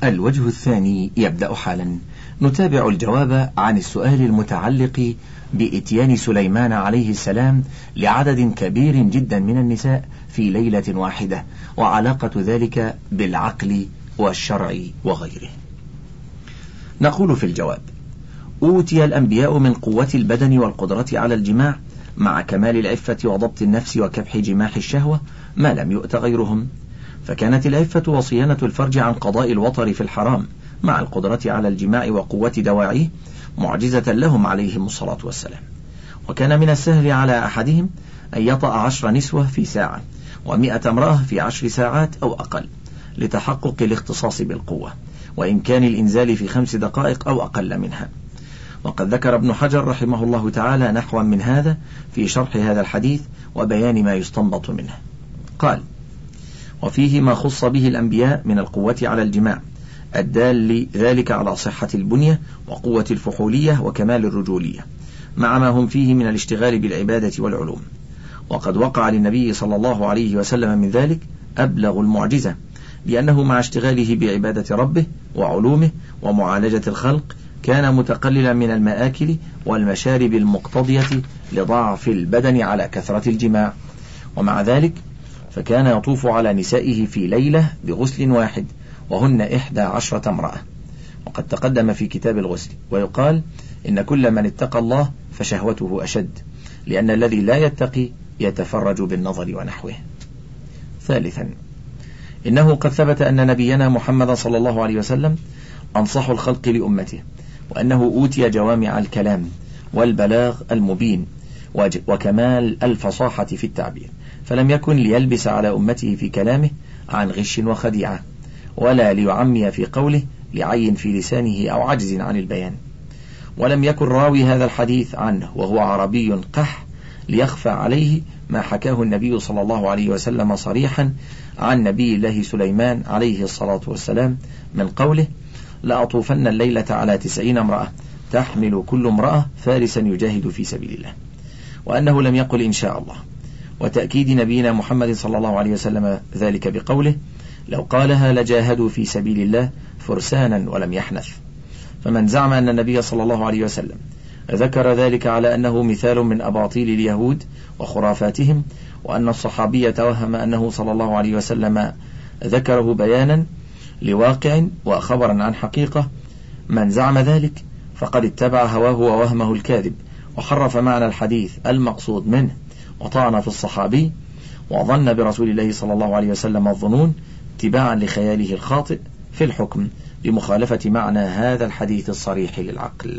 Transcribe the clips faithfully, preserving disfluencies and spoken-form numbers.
الوجه الثاني يبدأ حالا. نتابع الجواب عن السؤال المتعلق بإتيان سليمان عليه السلام لعدد كبير جدا من النساء في ليلة واحدة، وعلاقة ذلك بالعقل والشرع وغيره. نقول في الجواب: أوتي الأنبياء من قوة البدن والقدرة على الجماع مع كمال العفة وضبط النفس وكبح جماح الشهوة ما لم يؤت غيرهم، فكانت العفة وصيانة الفرج عن قضاء الوطر في الحرام مع القدرة على الجماع وقوة دواعيه معجزة لهم عليهم الصلاة والسلام. وكان من السهل على أحدهم أن يطأ عشر نسوة في ساعة ومئة امرأة في عشر ساعات أو أقل لتحقق الاختصاص بالقوة، وإن كان الإنزال في خمس دقائق أو أقل منها. وقد ذكر ابن حجر رحمه الله تعالى نحوا من هذا في شرح هذا الحديث وبيان ما يستنبط منه. قال: وفيه ما خص به الأنبياء من القوة على الجماع الدال ذلك على صحة البنية وقوة الفحولية وكمال الرجولية، مع ما هم فيه من الاشتغال بالعبادة والعلوم. وقد وقع للنبي صلى الله عليه وسلم من ذلك أبلغ المعجزة، لأنه مع اشتغاله بعبادة ربه وعلومه ومعالجة الخلق كان متقللا من المآكل والمشارب المقتضية لضعف البدن على كثرة الجماع، ومع ذلك فكان يطوف على نسائه في ليلة بغسل واحد وهن إحدى عشرة امرأة. وقد تقدم في كتاب الغسل. ويقال إن كل من اتقى الله فشهوته أشد، لأن الذي لا يتقي يتفرج بالنظر ونحوه. ثالثا، إنه قد ثبت أن نبينا محمد صلى الله عليه وسلم أنصح الخلق لأمته، وأنه أوتي جوامع الكلام والبلاغ المبين وكمال الفصاحة في التعبير، فلم يكن ليلبس على أمته في كلامه عن غش وخديعة، ولا ليعمي في قوله لعين في لسانه أو عجز عن البيان. ولم يكن راوي هذا الحديث عنه وهو عربي قح ليخفى عليه ما حكاه النبي صلى الله عليه وسلم صريحا عن نبي الله سليمان عليه الصلاة والسلام من قوله: لأطوفن الليلة على تسعين امرأة تحمل كل امرأة فارسا يجاهد في سبيل الله، وأنه لم يقل إن شاء الله. وتأكيد نبينا محمد صلى الله عليه وسلم ذلك بقوله: لو قالها لجاهدوا في سبيل الله فرسانا ولم يحنث. فمن زعم أن النبي صلى الله عليه وسلم ذكر ذلك على أنه مثال من أباطيل اليهود وخرافاتهم، وأن الصحابي توهم أنه صلى الله عليه وسلم ذكره بيانا لواقع وخبرا عن حقيقة، من زعم ذلك فقد اتبع هواه ووهمه الكاذب، وحرف معنى الحديث المقصود منه، وطعن في الصحابي، وظن برسول الله صلى الله عليه وسلم الظنون اتباعا لخياله الخاطئ في الحكم بمخالفة معنى هذا الحديث الصريح للعقل.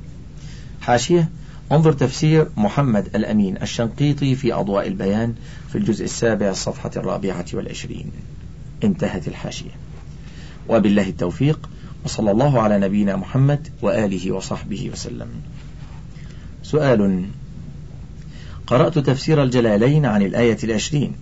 حاشية: انظر تفسير محمد الأمين الشنقيطي في أضواء البيان في الجزء السابع الصفحة الرابعة والعشرين. انتهت الحاشية. وبالله التوفيق، وصلى الله على نبينا محمد وآله وصحبه وسلم. سؤال: قرأت تفسير الجلالين عن الآية العشرين،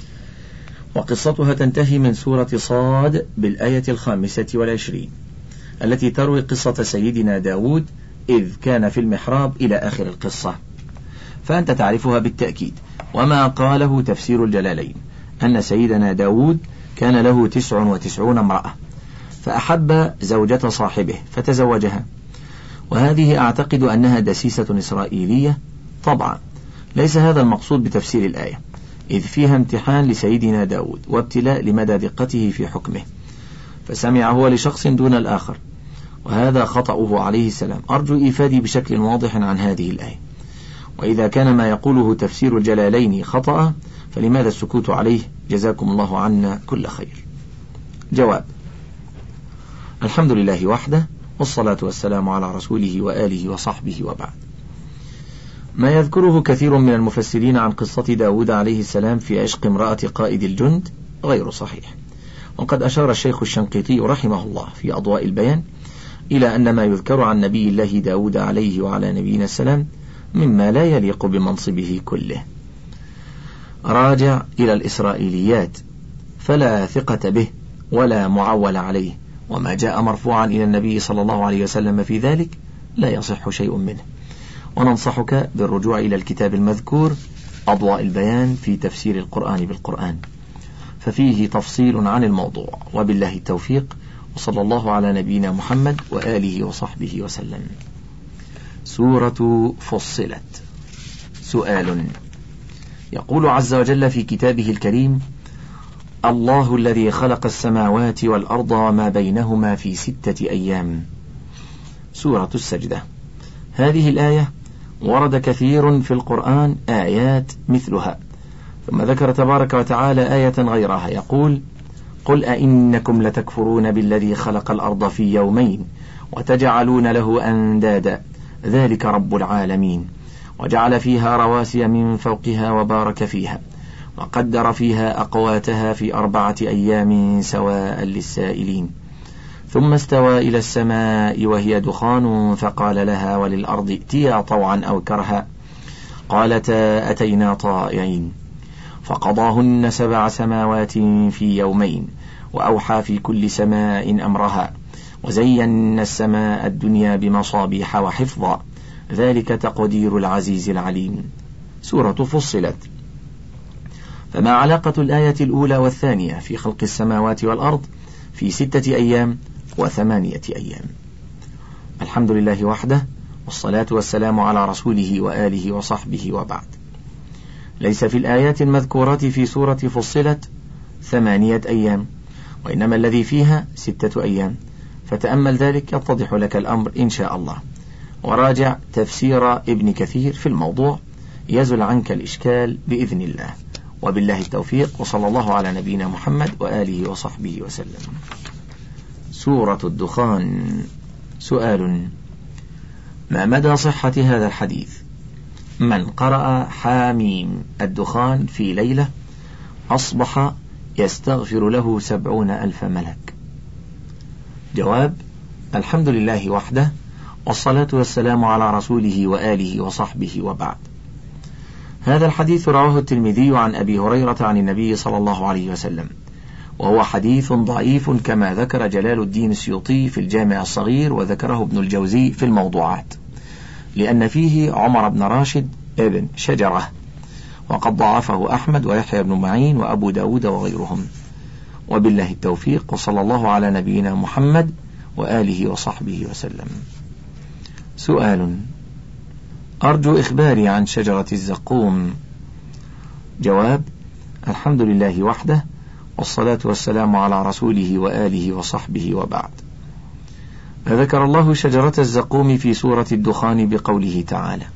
وقصتها تنتهي من سورة صاد بالآية الخامسة والعشرين التي تروي قصة سيدنا داود إذ كان في المحراب إلى آخر القصة، فأنت تعرفها بالتأكيد. وما قاله تفسير الجلالين أن سيدنا داود كان له تسع وتسعون امرأة، فأحب زوجة صاحبه فتزوجها، وهذه أعتقد أنها دسيسة إسرائيلية طبعا. ليس هذا المقصود بتفسير الآية، إذ فيها امتحان لسيدنا داود وابتلاء لمدى دقته في حكمه، فسمع هو لشخص دون الآخر، وهذا خطأه عليه السلام. أرجو إيفادي بشكل واضح عن هذه الآية، وإذا كان ما يقوله تفسير الجلالين خطأ فلماذا السكوت عليه؟ جزاكم الله عنا كل خير. جواب: الحمد لله وحده، والصلاة والسلام على رسوله وآله وصحبه، وبعد. ما يذكره كثير من المفسرين عن قصة داود عليه السلام في عشق امرأة قائد الجند غير صحيح، وقد أشار الشيخ الشنقيطي رحمه الله في أضواء البيان إلى أن ما يذكر عن نبي الله داود عليه وعلى نبينا السلام مما لا يليق بمنصبه كله. راجع إلى الإسرائيليات فلا ثقة به ولا معول عليه، وما جاء مرفوعا إلى النبي صلى الله عليه وسلم في ذلك لا يصح شيء منه. وننصحك بالرجوع إلى الكتاب المذكور أضواء البيان في تفسير القرآن بالقرآن، ففيه تفصيل عن الموضوع. وبالله التوفيق، وصلى الله على نبينا محمد وآله وصحبه وسلم. سورة فصلت. سؤال. يقول عز وجل في كتابه الكريم: الله الذي خلق السماوات والأرض وما بينهما في ستة أيام. سورة السجدة. هذه الآية ورد كثير في القرآن آيات مثلها، ثم ذكر تبارك وتعالى آية غيرها يقول: قل أئنكم لتكفرون بالذي خلق الأرض في يومين وتجعلون له أندادا ذلك رب العالمين وجعل فيها رواسي من فوقها وبارك فيها وقدر فيها أقواتها في أربعة أيام سواء للسائلين ثم استوى إلى السماء وهي دخان فقال لها وللأرض ائتيا طوعا أو كرها قالتا أتينا طائعين فقضاهن سبع سماوات في يومين وأوحى في كل سماء أمرها وزينا السماء الدنيا بمصابيح وحفظا ذلك تقدير العزيز العليم. سورة فصلت. فما علاقة الآية الأولى والثانية في خلق السماوات والأرض في ستة أيام وثمانية أيام؟ الحمد لله وحده، والصلاة والسلام على رسوله وآله وصحبه وبعد. ليس في الآيات المذكورة في سورة فصلت ثمانية أيام، وإنما الذي فيها ستة أيام، فتأمل ذلك يتضح لك الأمر إن شاء الله، وراجع تفسير ابن كثير في الموضوع يزل عنك الإشكال بإذن الله، وبالله التوفيق، وصلى الله على نبينا محمد وآله وصحبه وسلم. سورة الدخان. سؤال: ما مدى صحة هذا الحديث؟ من قرأ حاميم الدخان في ليلة أصبح يستغفر له سبعون ألف ملك. جواب: الحمد لله وحده، والصلاة والسلام على رسوله وآله وصحبه وبعد. هذا الحديث رواه الترمذي عن أبي هريرة عن النبي صلى الله عليه وسلم، وهو حديث ضعيف كما ذكر جلال الدين السيوطي في الجامع الصغير، وذكره ابن الجوزي في الموضوعات، لأن فيه عمر بن راشد ابن شجرة، وقد ضعفه أحمد ويحيى بن معين وأبو داود وغيرهم. وبالله التوفيق، وصلى الله على نبينا محمد وآله وصحبه وسلم. سؤال: أرجو إخباري عن شجرة الزقوم. جواب: الحمد لله وحده، والصلاة والسلام على رسوله وآله وصحبه وبعد. ذكر الله شجرة الزقوم في سورة الدخان بقوله تعالى: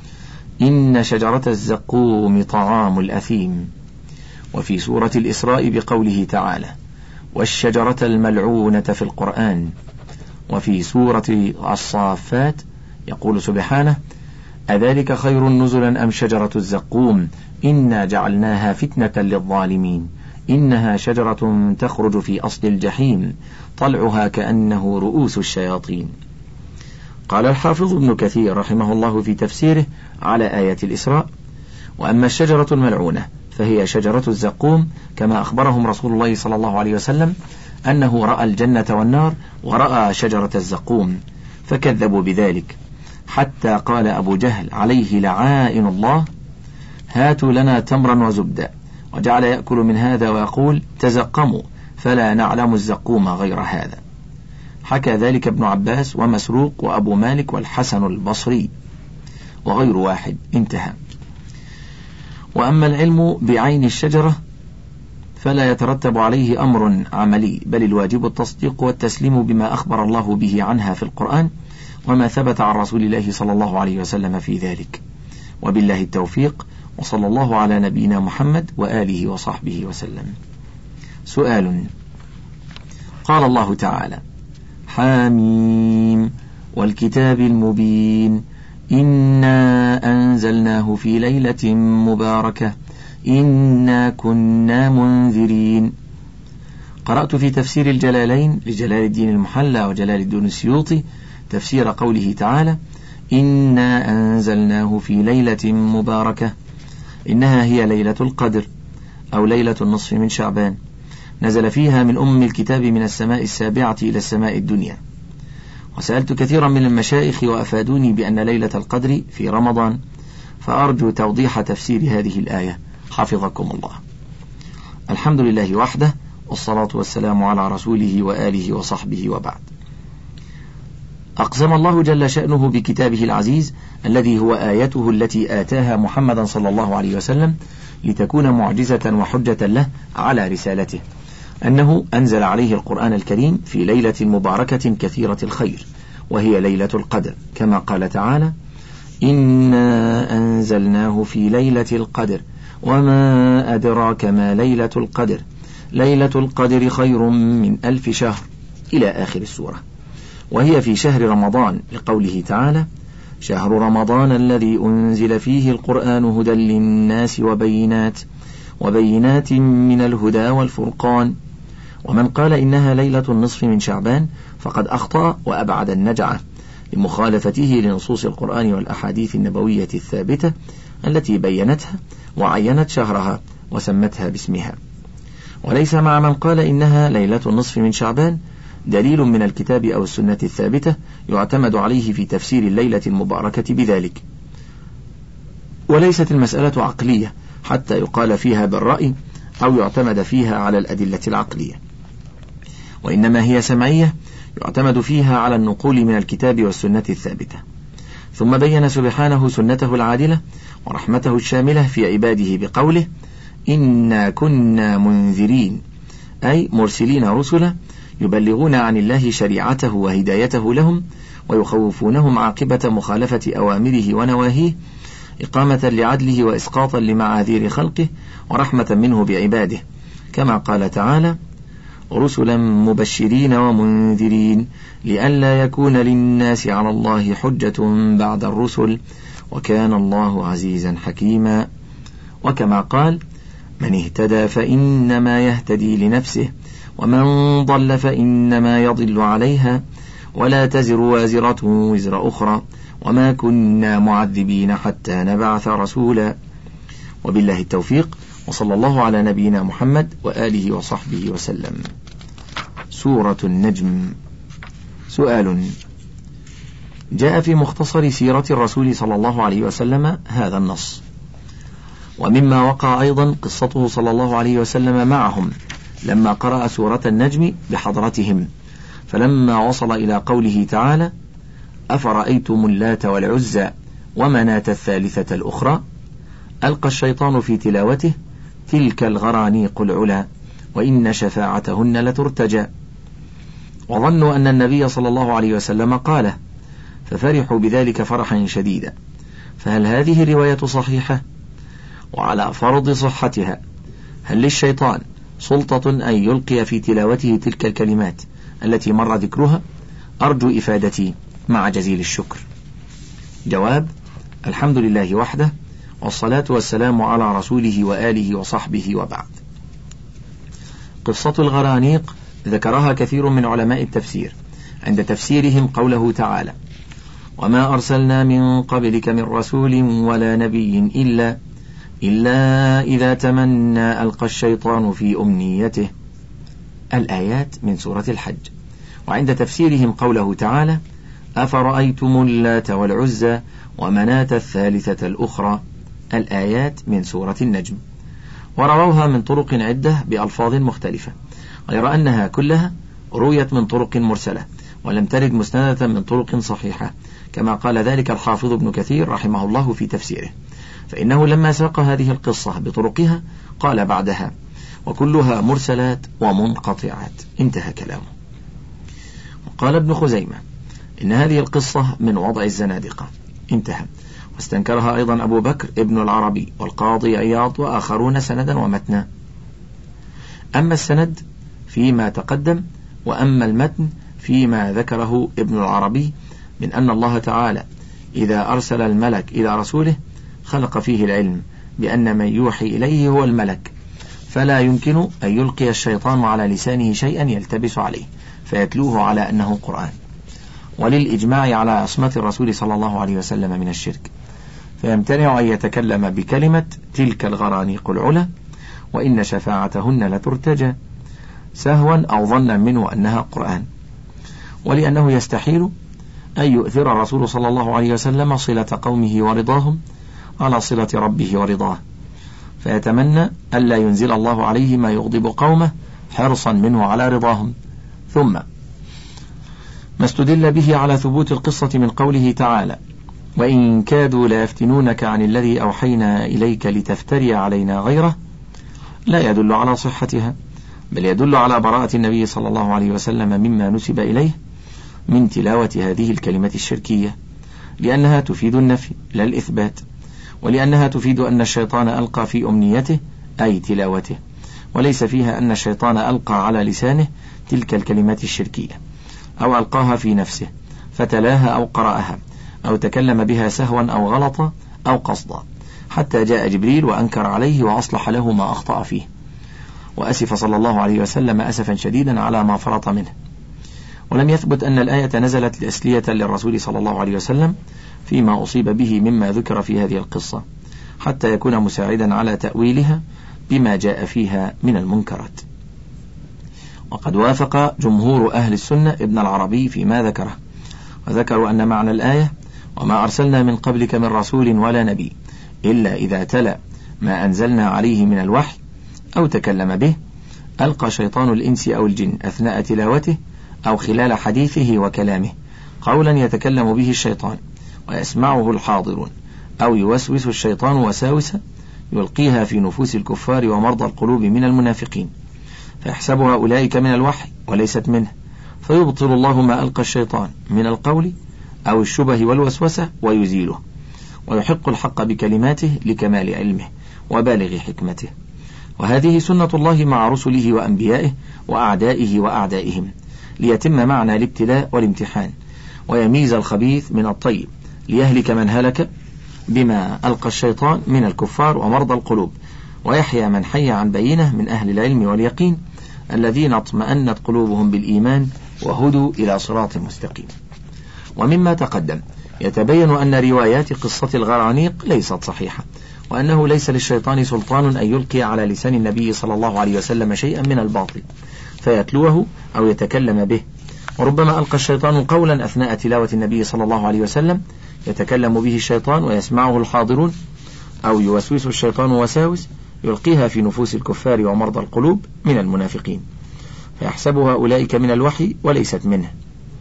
إن شجرة الزقوم طعام الأثيم، وفي سورة الإسراء بقوله تعالى: والشجرة الملعونة في القرآن، وفي سورة الصافات يقول سبحانه: أذلك خير نزلا أم شجرة الزقوم إنا جعلناها فتنة للظالمين إنها شجرة تخرج في أصل الجحيم طلعها كأنه رؤوس الشياطين. قال الحافظ ابن كثير رحمه الله في تفسيره على آية الإسراء: وأما الشجرة الملعونة فهي شجرة الزقوم، كما أخبرهم رسول الله صلى الله عليه وسلم أنه رأى الجنة والنار ورأى شجرة الزقوم فكذبوا بذلك، حتى قال أبو جهل عليه لعائن الله: هاتوا لنا تمرا وزبدا، وجعل يأكل من هذا ويقول: تزقموا فلا نعلم الزقوم غير هذا. حكى ذلك ابن عباس ومسروق وأبو مالك والحسن البصري وغير واحد. انتهى. وأما العلم بعين الشجرة فلا يترتب عليه أمر عملي، بل الواجب التصديق والتسليم بما أخبر الله به عنها في القرآن وما ثبت عن رسول الله صلى الله عليه وسلم في ذلك. وبالله التوفيق، وصلى الله على نبينا محمد وآله وصحبه وسلم. سؤال: قال الله تعالى: حاميم والكتاب المبين إنا أنزلناه في ليلة مباركة إنا كنا منذرين. قرأت في تفسير الجلالين لجلال الدين المحلى وجلال الدين السيوطي تفسير قوله تعالى: إنا أنزلناه في ليلة مباركة، إنها هي ليلة القدر أو ليلة النصف من شعبان، نزل فيها من أم الكتاب من السماء السابعة إلى السماء الدنيا. وسألت كثيرا من المشايخ وأفادوني بأن ليلة القدر في رمضان، فأرجو توضيح تفسير هذه الآية حفظكم الله. الحمد لله وحده، والصلاة والسلام على رسوله وآله وصحبه وبعد. أقسم الله جل شأنه بكتابه العزيز الذي هو آيته التي آتاها محمدا صلى الله عليه وسلم لتكون معجزة وحجة له على رسالته، أنه أنزل عليه القرآن الكريم في ليلة مباركة كثيرة الخير، وهي ليلة القدر، كما قال تعالى: إنا أنزلناه في ليلة القدر وما أدراك ما ليلة القدر ليلة القدر خير من ألف شهر، إلى آخر السورة. وهي في شهر رمضان، لقوله تعالى: شهر رمضان الذي أنزل فيه القرآن هدى للناس وبينات وبينات من الهدى والفرقان. ومن قال إنها ليلة النصف من شعبان فقد أخطأ وأبعد النجعة، لمخالفته لنصوص القرآن والأحاديث النبوية الثابتة التي بينتها وعينت شهرها وسمتها باسمها. وليس مع من قال إنها ليلة النصف من شعبان دليل من الكتاب أو السنة الثابتة يعتمد عليه في تفسير الليلة المباركة بذلك. وليست المسألة عقلية حتى يقال فيها بالرأي أو يعتمد فيها على الأدلة العقلية، وإنما هي سمعية يعتمد فيها على النقول من الكتاب والسنة الثابتة. ثم بين سبحانه سنته العادلة ورحمته الشاملة في عباده بقوله: إنا كنا منذرين، أي مرسلين رسلا يبلغون عن الله شريعته وهدايته لهم ويخوفونهم عاقبة مخالفة أوامره ونواهيه، إقامة لعدله وإسقاطا لمعاذير خلقه ورحمة منه بعباده، كما قال تعالى: رسلا مبشرين ومنذرين لئلا يكون للناس على الله حجة بعد الرسل وكان الله عزيزا حكيما. وكما قال: من اهتدى فإنما يهتدي لنفسه ومن ضل فإنما يضل عليها ولا تزر وازرة وزر أخرى وما كنا معذبين حتى نبعث رسولا. وبالله التوفيق، وصلى الله على نبينا محمد وآله وصحبه وسلم. سورة النجم. سؤال: جاء في مختصر سيرة الرسول صلى الله عليه وسلم هذا النص، ومما وقع أيضا قصته صلى الله عليه وسلم معهم لما قرأ سورة النجم بحضرتهم، فلما وصل إلى قوله تعالى: أفرأيتم اللات والعزى ومناة الثالثة الأخرى، ألقى الشيطان في تلاوته: تلك الغرانيق العلا وإن شفاعتهن لترتجى، وظنوا أن النبي صلى الله عليه وسلم قاله، ففرحوا بذلك فرحا شديدا. فهل هذه الرواية صحيحة؟ وعلى فرض صحتها، هل للشيطان سلطة أن يلقي في تلاوته تلك الكلمات التي مر ذكرها؟ أرجو إفادتي مع جزيل الشكر. جواب: الحمد لله وحده، والصلاة والسلام على رسوله وآله وصحبه وبعد. قصة الغرانيق ذكرها كثير من علماء التفسير عند تفسيرهم قوله تعالى: وما أرسلنا من قبلك من رسول ولا نبي إلا إلا إذا تمنى ألقى الشيطان في أمنيته، الآيات من سورة الحج. وعند تفسيرهم قوله تعالى: أفرأيتم اللات والعزى ومناة الثالثة الأخرى، الآيات من سورة النجم. ورووها من طرق عدة بألفاظ مختلفة، غير أنها كلها رويت من طرق مرسلة ولم ترد مسندة من طرق صحيحة، كما قال ذلك الحافظ ابن كثير رحمه الله في تفسيره، فإنه لما ساق هذه القصة بطرقها قال بعدها: وكلها مرسلات ومنقطعات، انتهى كلامه. وقال ابن خزيمة: إن هذه القصة من وضع الزنادقة، انتهى. واستنكرها أيضا أبو بكر ابن العربي والقاضي عياض وآخرون سندا ومتنا. أما السند فيما تقدم، وأما المتن فيما ذكره ابن العربي من أن الله تعالى إذا أرسل الملك إلى رسوله خلق فيه العلم بأن من يوحي إليه هو الملك، فلا يمكن أن يلقي الشيطان على لسانه شيئا يلتبس عليه فيتلوه على أنه قرآن، وللإجماع على عصمة الرسول صلى الله عليه وسلم من الشرك، فيمتنع أن يتكلم بكلمة تلك الغرانيق العلا وإن شفاعتهن لترتجى سهوا أو ظنا منه أنها قرآن، ولأنه يستحيل أن يؤثر الرسول صلى الله عليه وسلم صلة قومه ورضاهم على صلة ربه ورضاه، فيتمنى ألا ينزل الله عليه ما يغضب قومه حرصا منه على رضاهم. ثم ما استدل به على ثبوت القصة من قوله تعالى: وإن كادوا ليفتنونك عن الذي أوحينا إليك لتفتري علينا غيره، لا يدل على صحتها، بل يدل على براءة النبي صلى الله عليه وسلم مما نسب إليه من تلاوة هذه الكلمة الشركية، لأنها تفيد النفي لا الإثبات، ولأنها تفيد أن الشيطان ألقى في أمنيته أي تلاوته، وليس فيها أن الشيطان ألقى على لسانه تلك الكلمات الشركية، أو ألقاها في نفسه فتلاها أو قرأها أو تكلم بها سهوا أو غلطا أو قصدا، حتى جاء جبريل وأنكر عليه وأصلح له ما أخطأ فيه، وأسف صلى الله عليه وسلم أسفا شديدا على ما فرط منه. ولم يثبت أن الآية نزلت تسلية للرسول صلى الله عليه وسلم فيما أصيب به مما ذكر في هذه القصة، حتى يكون مساعدا على تأويلها بما جاء فيها من المنكرات. وقد وافق جمهور أهل السنة ابن العربي فيما ذكره، وذكروا أن معنى الآية: وما أرسلنا من قبلك من رسول ولا نبي إلا إذا تلا ما أنزلنا عليه من الوحي أو تكلم به ألقى شيطان الإنس أو الجن أثناء تلاوته أو خلال حديثه وكلامه قولا يتكلم به الشيطان ويسمعه الحاضرون، أو يوسوس الشيطان وساوسة يلقيها في نفوس الكفار ومرضى القلوب من المنافقين، فيحسبها أولئك من الوحي وليست منه، فيبطل الله ما ألقى الشيطان من القول أو الشبه والوسوسة ويزيله، ويحق الحق بكلماته لكمال علمه وبالغ حكمته. وهذه سنة الله مع رسله وأنبيائه وأعدائه وأعدائهم، ليتم معنى الابتلاء والامتحان، ويميز الخبيث من الطيب، ليهلك من هلك بما ألقى الشيطان من الكفار ومرضى القلوب، ويحيى من حي عن بينه من أهل العلم واليقين الذين اطمأنت قلوبهم بالإيمان وهدوا إلى صراط مستقيم. ومما تقدم يتبين أن روايات قصة الغرانيق ليست صحيحة، وأنه ليس للشيطان سلطان أن يلقي على لسان النبي صلى الله عليه وسلم شيئا من الباطل فيتلوه أو يتكلم به. وربما ألقى الشيطان قولا أثناء تلاوة النبي صلى الله عليه وسلم يتكلم به الشيطان ويسمعه الحاضرون، أو يوسوس الشيطان وساوس يلقيها في نفوس الكفار ومرضى القلوب من المنافقين، فيحسبها أولئك من الوحي وليست منه،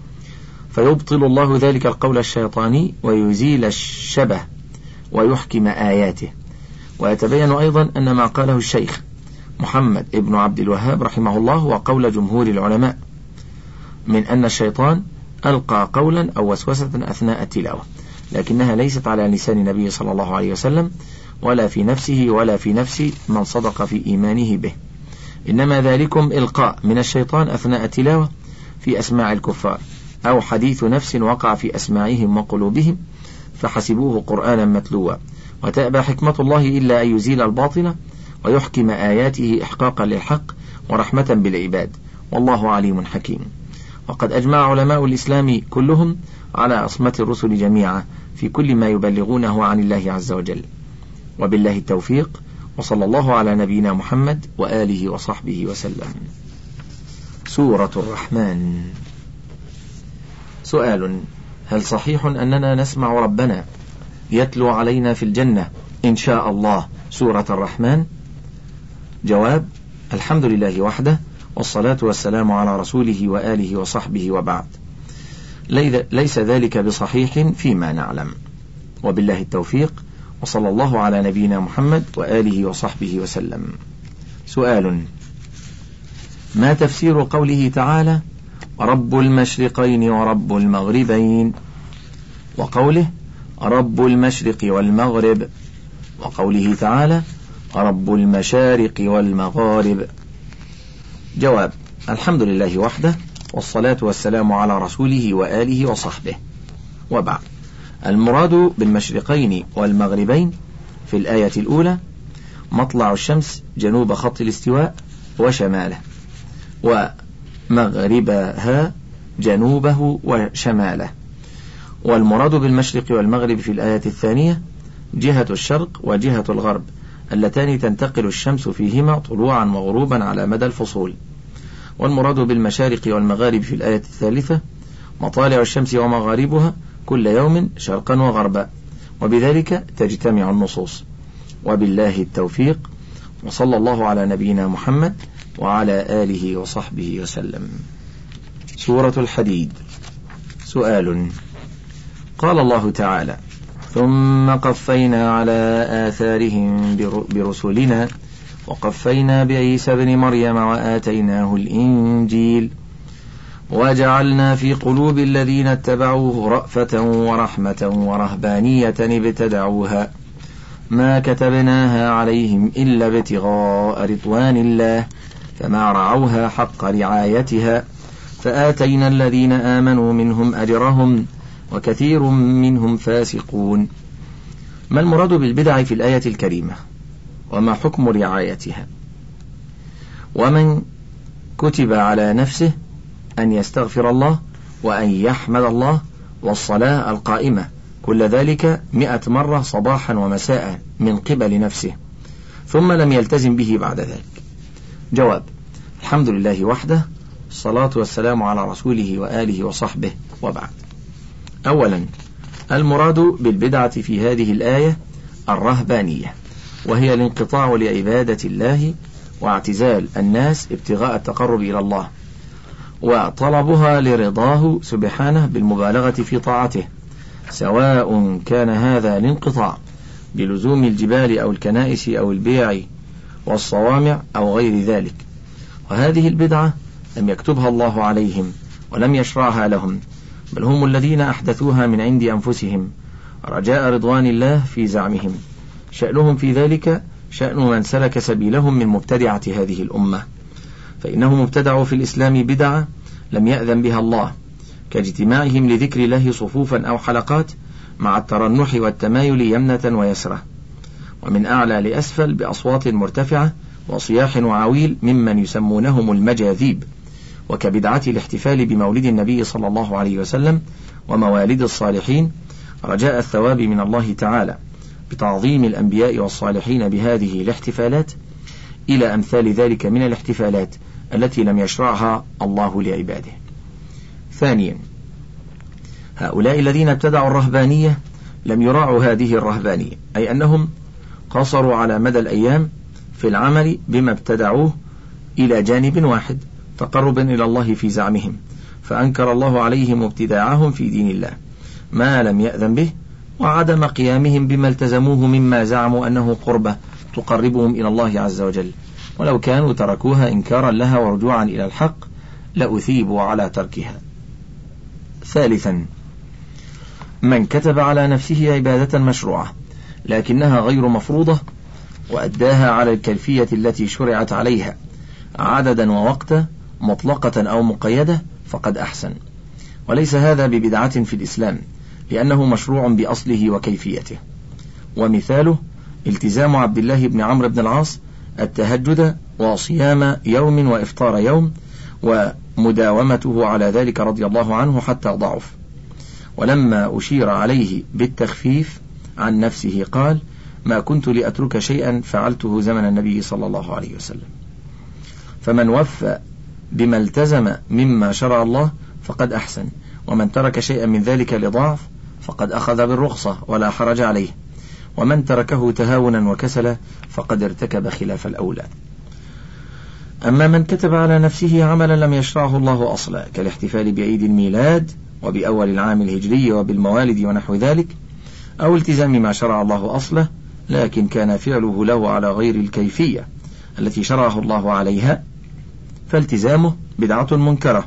فيبطل الله ذلك القول الشيطاني ويزيل الشبه ويحكم آياته. ويتبين أيضا أن ما قاله الشيخ محمد ابن عبد الوهاب رحمه الله هو قول جمهور العلماء من أن الشيطان ألقى قولا أو وسوسة أثناء التلاوة، لكنها ليست على لسان النبي صلى الله عليه وسلم ولا في نفسه ولا في نفس من صدق في إيمانه به، إنما ذلكم إلقاء من الشيطان أثناء التلاوة في أسماع الكفار، أو حديث نفس وقع في أسماعهم وقلوبهم فحسبوه قرآنا متلوا، وتأبى حكمة الله إلا أن يزيل الباطل ويحكم آياته إحقاقا للحق ورحمة بالعباد، والله عليم حكيم. وقد أجمع علماء الإسلام كلهم على عصمة الرسل جميعا في كل ما يبلغونه عن الله عز وجل. وبالله التوفيق، وصلى الله على نبينا محمد وآله وصحبه وسلم. سورة الرحمن. سؤال: هل صحيح أننا نسمع ربنا يتلو علينا في الجنة إن شاء الله سورة الرحمن؟ جواب: الحمد لله وحده، والصلاة والسلام على رسوله وآله وصحبه، وبعد. ليس ذلك بصحيح فيما نعلم، وبالله التوفيق، وصلى الله على نبينا محمد وآله وصحبه وسلم. سؤال: ما تفسير قوله تعالى رب المشرقين ورب المغربين، وقوله رب المشرق والمغرب، وقوله تعالى رب المشارق والمغارب؟ جواب: الحمد لله وحده، والصلاة والسلام على رسوله وآله وصحبه، وبعد. المراد بالمشرقين والمغربين في الآية الأولى مطلع الشمس جنوب خط الاستواء وشماله، ومغربها جنوبه وشماله. والمراد بالمشرق والمغرب في الآية الثانية جهة الشرق وجهة الغرب اللتان تنتقل الشمس فيهما طلوعا وغروبا على مدى الفصول. والمراد بالمشارق والمغارب في الآية الثالثة مطالع الشمس ومغاربها كل يوم شرقا وغربا، وبذلك تجتمع النصوص. وبالله التوفيق، وصلى الله على نبينا محمد وعلى آله وصحبه وسلم. سورة الحديد. سؤال. قال الله تعالى: ثم قفينا على آثارهم برسلنا وقفينا بعيسى ابن مريم وآتيناه الإنجيل وجعلنا في قلوب الذين اتبعوه رأفة ورحمة ورهبانية ابتدعوها ما كتبناها عليهم إلا ابتغاء رضوان الله فما رعوها حق رعايتها فآتينا الذين آمنوا منهم أجرهم وكثير منهم فاسقون. ما المراد بالبدع في الآية الكريمة؟ وما حكم رعايتها؟ ومن كتب على نفسه أن يستغفر الله وأن يحمد الله والصلاة القائمة كل ذلك مئة مرة صباحا ومساء من قبل نفسه ثم لم يلتزم به بعد ذلك؟ جواب: الحمد لله وحده، الصلاة والسلام على رسوله وآله وصحبه، وبعد. أولا، المراد بالبدعة في هذه الآية الرهبانية، وهي الانقطاع لعبادة الله واعتزال الناس ابتغاء التقرب إلى الله وطلبها لرضاه سبحانه بالمبالغة في طاعته، سواء كان هذا الانقطاع بلزوم الجبال أو الكنائس أو البيع والصوامع أو غير ذلك. وهذه البدعة لم يكتبها الله عليهم ولم يشرعها لهم، بل هم الذين أحدثوها من عند أنفسهم رجاء رضوان الله في زعمهم. شأنهم في ذلك شأن من سلك سبيلهم من مبتدعة هذه الأمة، فإنهم ابتدعوا في الإسلام بدعة لم يأذن بها الله، كاجتماعهم لذكر الله صفوفا أو حلقات مع الترنح والتمايل يمنة ويسرة، ومن أعلى لأسفل بأصوات مرتفعة وصياح وعويل ممن يسمونهم المجاذيب، وكبدعة الاحتفال بمولد النبي صلى الله عليه وسلم وموالد الصالحين رجاء الثواب من الله تعالى بتعظيم الأنبياء والصالحين بهذه الاحتفالات، إلى أمثال ذلك من الاحتفالات التي لم يشرعها الله لعباده. ثانيا، هؤلاء الذين ابتدعوا الرهبانية لم يراعوا هذه الرهبانية، أي أنهم قصروا على مدى الأيام في العمل بما ابتدعوه إلى جانب واحد تقربا إلى الله في زعمهم، فأنكر الله عليهم ابتداعهم في دين الله ما لم يأذن به، وعدم قيامهم بما التزموه مما زعموا أنه قربة تقربهم إلى الله عز وجل، ولو كانوا تركوها إنكارا لها ورجوعا إلى الحق لأثيبوا على تركها. ثالثا، من كتب على نفسه عبادة مشروعة لكنها غير مفروضة وأداها على الكيفية التي شرعت عليها عددا ووقتا مطلقة أو مقيدة فقد أحسن، وليس هذا ببدعة في الإسلام لأنه مشروع بأصله وكيفيته. ومثاله التزام عبد الله بن عمرو بن العاص التهجد وصيام يوم وإفطار يوم ومداومته على ذلك رضي الله عنه حتى ضعف، ولما أشير عليه بالتخفيف عن نفسه قال: ما كنت لأترك شيئا فعلته زمن النبي صلى الله عليه وسلم. فمن وفى بما التزم مما شرع الله فقد أحسن، ومن ترك شيئا من ذلك لضعف فقد أخذ بالرخصة ولا حرج عليه، ومن تركه تهاونا وكسلا فقد ارتكب خلاف الأولى. أما من كتب على نفسه عملا لم يشرعه الله أصلا كالاحتفال بعيد الميلاد وبأول العام الهجري وبالموالد ونحو ذلك، أو التزام ما شرع الله أصله لكن كان فعله له على غير الكيفية التي شرعه الله عليها، فالتزامه بدعة منكرة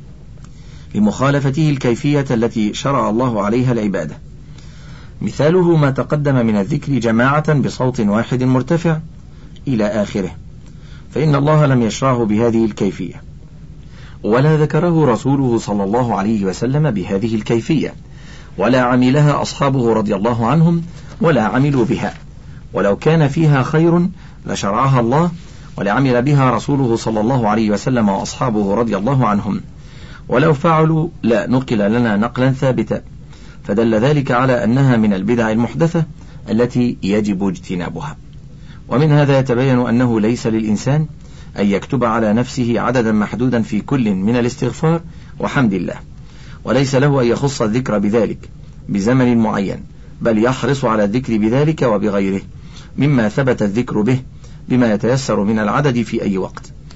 لمخالفته الكيفية التي شرع الله عليها العبادة. مثاله ما تقدم من الذكر جماعة بصوت واحد مرتفع إلى آخره، فإن الله لم يشرعه بهذه الكيفية ولا ذكره رسوله صلى الله عليه وسلم بهذه الكيفية، ولا عملها أصحابه رضي الله عنهم ولا عملوا بها، ولو كان فيها خير لشرعها الله ولعمل بها رسوله صلى الله عليه وسلم وأصحابه رضي الله عنهم، ولو فعلوا لا نقل لنا نقلا ثابتا، فدل ذلك على أنها من البدع المحدثة التي يجب اجتنابها. ومن هذا يتبين أنه ليس للإنسان أن يكتب على نفسه عددا محدودا في كل من الاستغفار وحمد الله، وليس له أن يخص الذكر بذلك بزمن معين، بل يحرص على الذكر بذلك وبغيره مما ثبت الذكر به بما يتيسر من العدد في أي وقت.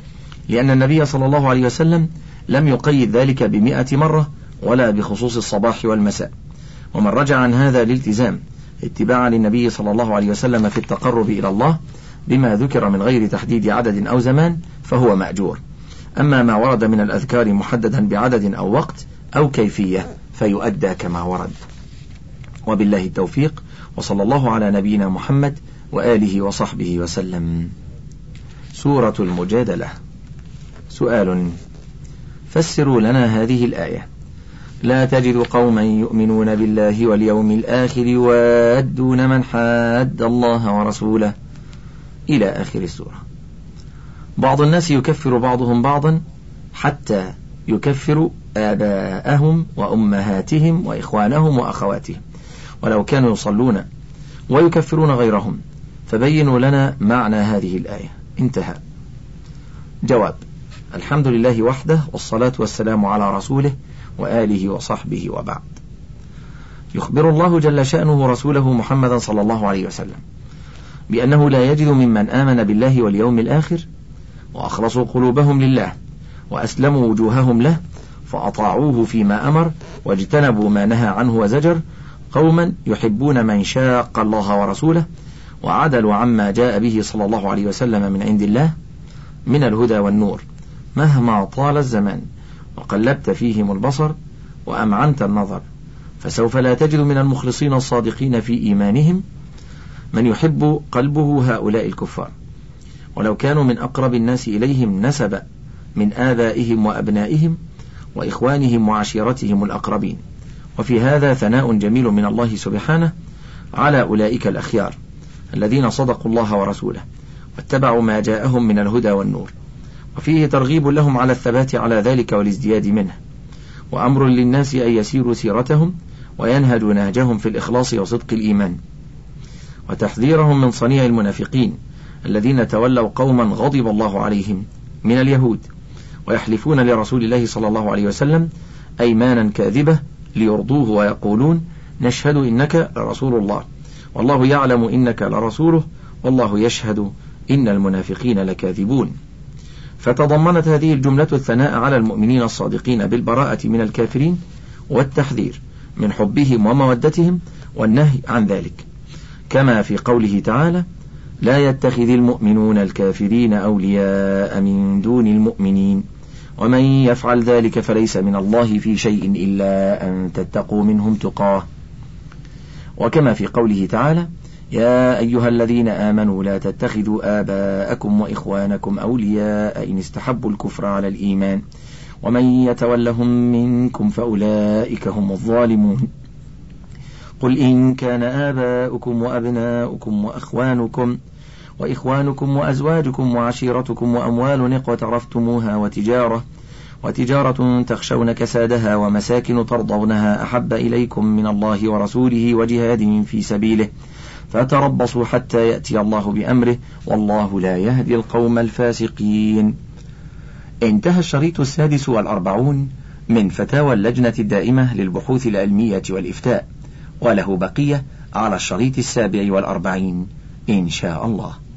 لأن النبي صلى الله عليه وسلم لم يقيد ذلك بمئة مرة ولا بخصوص الصباح والمساء. ومن رجع عن هذا الالتزام اتباعا للنبي صلى الله عليه وسلم في التقرب إلى الله بما ذكر من غير تحديد عدد أو زمان فهو مأجور. أما ما ورد من الأذكار محددا بعدد أو وقت أو كيفية فيؤدى كما ورد. وبالله التوفيق، وصلى الله على نبينا محمد وآله وصحبه وسلم. سورة المجادلة. سؤال: فسروا لنا هذه الآية: لا تجد قوما يؤمنون بالله واليوم الآخر يوادون من حاد الله ورسوله، إلى آخر السورة. بعض الناس يكفر بعضهم بعضا حتى يكفر آباءهم وأمهاتهم وإخوانهم وأخواتهم ولو كانوا يصلون، ويكفرون غيرهم، فبينوا لنا معنى هذه الآية. انتهى. جواب: الحمد لله وحده، والصلاة والسلام على رسوله وآله وصحبه، وبعد. يخبر الله جل شأنه رسوله محمدا صلى الله عليه وسلم بأنه لا يجد ممن آمن بالله واليوم الآخر وأخلصوا قلوبهم لله وأسلموا وجوههم له فأطاعوه فيما أمر واجتنبوا ما نهى عنه وزجر قوما يحبون من شاق الله ورسوله وعدلوا عما جاء به صلى الله عليه وسلم من عند الله من الهدى والنور، مهما طال الزمان وقلبت فيهم البصر وأمعنت النظر، فسوف لا تجد من المخلصين الصادقين في إيمانهم من يحب قلبه هؤلاء الكفار، ولو كانوا من أقرب الناس إليهم نسبا من آبائهم وأبنائهم وإخوانهم وعشيرتهم الأقربين. وفي هذا ثناء جميل من الله سبحانه على أولئك الأخيار الذين صدقوا الله ورسوله واتبعوا ما جاءهم من الهدى والنور، وفيه ترغيب لهم على الثبات على ذلك والازدياد منه، وأمر للناس أن يسيروا سيرتهم وينهجوا نهجهم في الإخلاص وصدق الإيمان، وتحذيرهم من صنيع المنافقين الذين تولوا قوما غضب الله عليهم من اليهود ويحلفون لرسول الله صلى الله عليه وسلم أيمانا كاذبة ليرضوه ويقولون نشهد إنك لرسول الله والله يعلم إنك لرسوله والله يشهد إن المنافقين لكاذبون. فتضمنت هذه الجملة الثناء على المؤمنين الصادقين بالبراءة من الكافرين والتحذير من حبهم ومودتهم والنهي عن ذلك، كما في قوله تعالى لا يتخذ المؤمنون الكافرين أولياء من دون المؤمنين ومن يفعل ذلك فليس من الله في شيء إلا أن تتقوا منهم تقاه، وكما في قوله تعالى يا أيها الذين آمنوا لا تتخذوا آباءكم وإخوانكم أولياء إن استحبوا الكفر على الإيمان ومن يتولهم منكم فأولئك هم الظالمون. قل إن كان آباؤكم وأبناؤكم وأخوانكم وإخوانكم وأزواجكم وعشيرتكم وأموال اقترفتموها وتجارة وتجارة تخشون كسادها ومساكن ترضونها أحب إليكم من الله ورسوله وجهاد في سبيله فتربصوا حتى يأتي الله بأمره والله لا يهدي القوم الفاسقين. انتهى الشريط السادس والأربعون من فتاوى اللجنة الدائمة للبحوث العلمية والإفتاء، وله بقية على الشريط السابع والأربعين إن شاء الله.